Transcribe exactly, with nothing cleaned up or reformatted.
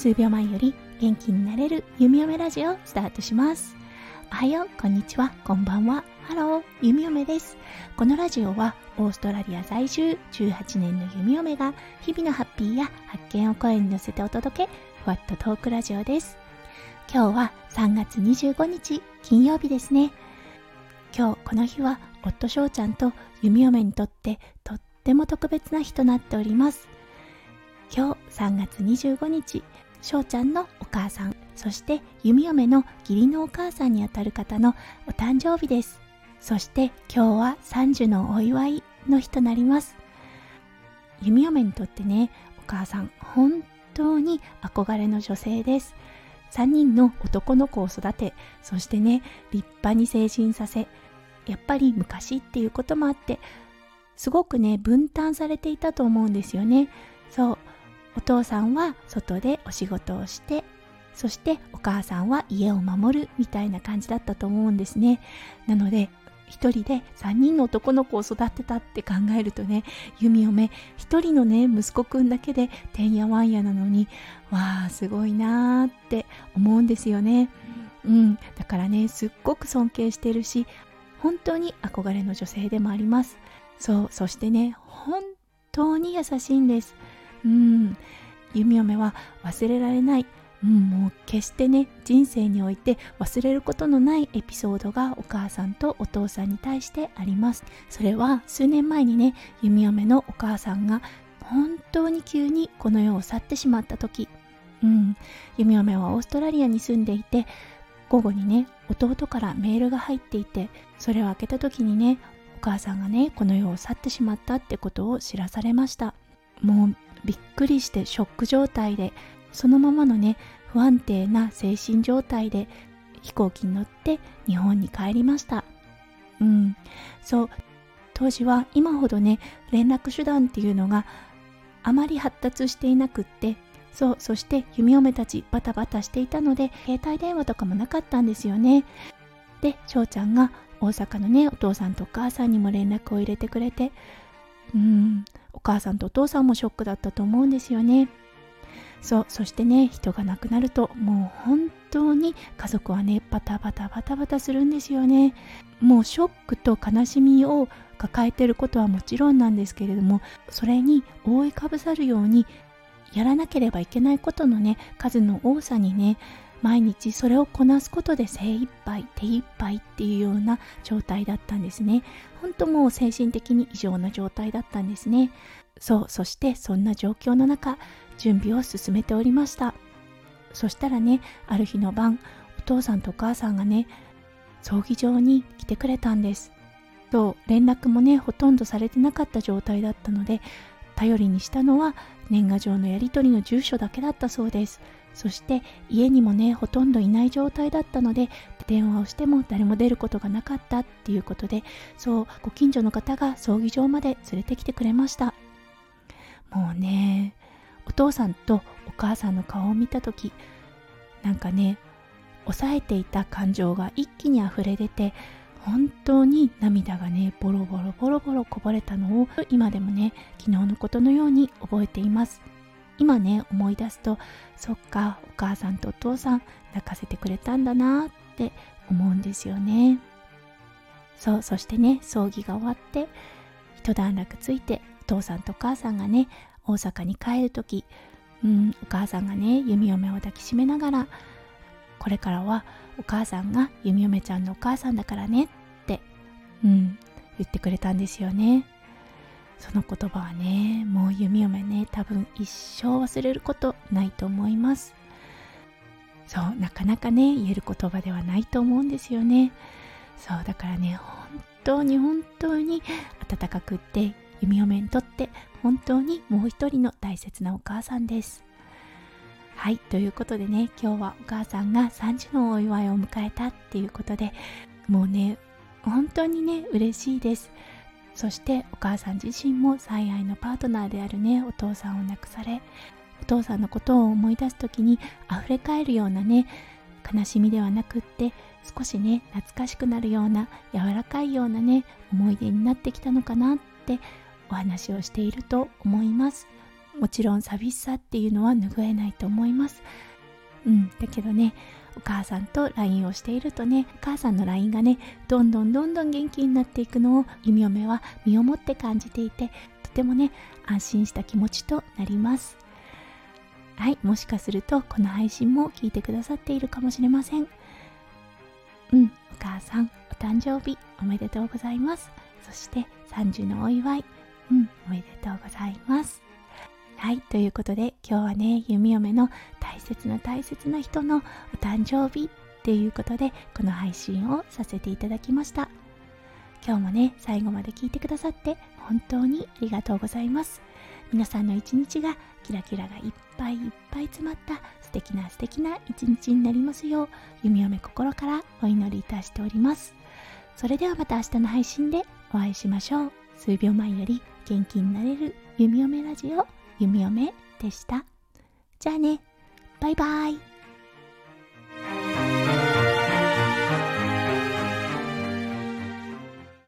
数秒前より元気になれるゆみおめラジオスタートします。おはよう、こんにちは、こんばんは。ハロー、ゆみおめです。このラジオはオーストラリア在住じゅうはちねんのゆみおめが日々のハッピーや発見を声に乗せてお届け、ふわっとトークラジオです。今日はさんがつにじゅうごにち金曜日ですね。今日この日は夫翔ちゃんとゆみおめにとってとっても特別な日となっております。今日さんがつにじゅうごにち、翔ちゃんのお母さん、そしてゆみおめの義理のお母さんにあたる方のお誕生日です。そして今日はさんじゅのお祝いの日となります。ゆみおめにとってね、お母さん本当に憧れの女性です。さんにんの男の子を育て、そしてね、立派に成人させ、やっぱり昔っていうこともあって、すごくね、分担されていたと思うんですよね。そう、お父さんは外でお仕事をして、そしてお母さんは家を守るみたいな感じだったと思うんですね。なので一人で三人の男の子を育てたって考えるとね、ゆみおめ一人のね息子くんだけでてんやわんやなのに、わあすごいなーって思うんですよね。うん、だからね、すっごく尊敬してるし、本当に憧れの女性でもあります。そう、そしてね、本当に優しいんです。うん、ゆみおめは忘れられない、うん、もう決してね、人生において忘れることのないエピソードがお母さんとお父さんに対してあります。それは数年前にね、ゆみおめのお母さんが本当に急にこの世を去ってしまった時、うん、ゆみおめはオーストラリアに住んでいて、午後にね、弟からメールが入っていて、それを開けた時にね、お母さんがね、この世を去ってしまったってことを知らされました。もうびっくりしてショック状態で、そのままのね、不安定な精神状態で飛行機に乗って日本に帰りました。うん、そう、当時は今ほどね、連絡手段っていうのがあまり発達していなくって、そう、そしてゆみおめたちバタバタしていたので、携帯電話とかもなかったんですよね。で、翔ちゃんが大阪のね、お父さんとお母さんにも連絡を入れてくれて、うーん、お母さんとお父さんもショックだったと思うんですよね。そう、そしてね、人が亡くなるともう本当に家族はね、バタバタバタバタするんですよね。もうショックと悲しみを抱えていることはもちろんなんですけれども、それに覆いかぶさるようにやらなければいけないことのね、数の多さにね、毎日それをこなすことで精一杯手一杯っていうような状態だったんですね。本当もう精神的に異常な状態だったんですね。そう、そしてそんな状況の中、準備を進めておりました。そしたらね、ある日の晩、お父さんとお母さんがね、葬儀場に来てくれたんです。と連絡もね、ほとんどされてなかった状態だったので、頼りにしたのは年賀状のやり取りの住所だけだったそうです。そして家にもね、ほとんどいない状態だったので、電話をしても誰も出ることがなかったっていうことで、そう、ご近所の方が葬儀場まで連れてきてくれました。もうね、お父さんとお母さんの顔を見たとき、なんかね、抑えていた感情が一気に溢れ出て、本当に涙がね、ボロボロボロボロこぼれたのを今でもね、昨日のことのように覚えています。今ね、思い出すと、そっか、お母さんとお父さん泣かせてくれたんだなって思うんですよね。そう、そしてね、葬儀が終わって一段落ついて、お父さんとお母さんがね、大阪に帰るとき、うん、お母さんがね、ゆみおめを抱きしめながら、これからはお母さんがゆみおめちゃんのお母さんだからねって、うん、言ってくれたんですよね。その言葉はね、もうゆみおめね、多分一生忘れることないと思います。そう、なかなかね、言える言葉ではないと思うんですよね。そう、だからね、本当に本当に温かくって、ゆみおめにとって本当にもう一人の大切なお母さんです。はい、ということでね、今日はお母さんがさんじのお祝いを迎えたっていうことで、もうね、本当にね、嬉しいです。そしてお母さん自身も最愛のパートナーであるね、お父さんを亡くされ、お父さんのことを思い出すときに溢れ返るようなね、悲しみではなくって、少しね、懐かしくなるような、柔らかいようなね、思い出になってきたのかなってお話をしていると思います。 もちろん寂しさっていうのは拭えないと思います。うん、だけどね、お母さんと ライン をしているとね、お母さんの ライン がね、どんどんどんどん元気になっていくのを弓嫁は身をもって感じていて、とてもね、安心した気持ちとなります。はい、もしかするとこの配信も聞いてくださっているかもしれません。うん、お母さん、お誕生日おめでとうございます。そしてさんじゅうのお祝い、うん、おめでとうございます。はい、ということで今日はね、弓嫁の大切な大切な人のお誕生日っていうことでこの配信をさせていただきました。今日もね、最後まで聞いてくださって本当にありがとうございます。皆さんの一日がキラキラがいっぱいいっぱい詰まった素敵な素敵な一日になりますよう、弓嫁心からお祈りいたしております。それではまた明日の配信でお会いしましょう。数秒前より元気になれる弓嫁ラジオ、弓嫁でした。じゃあね、バイバイ。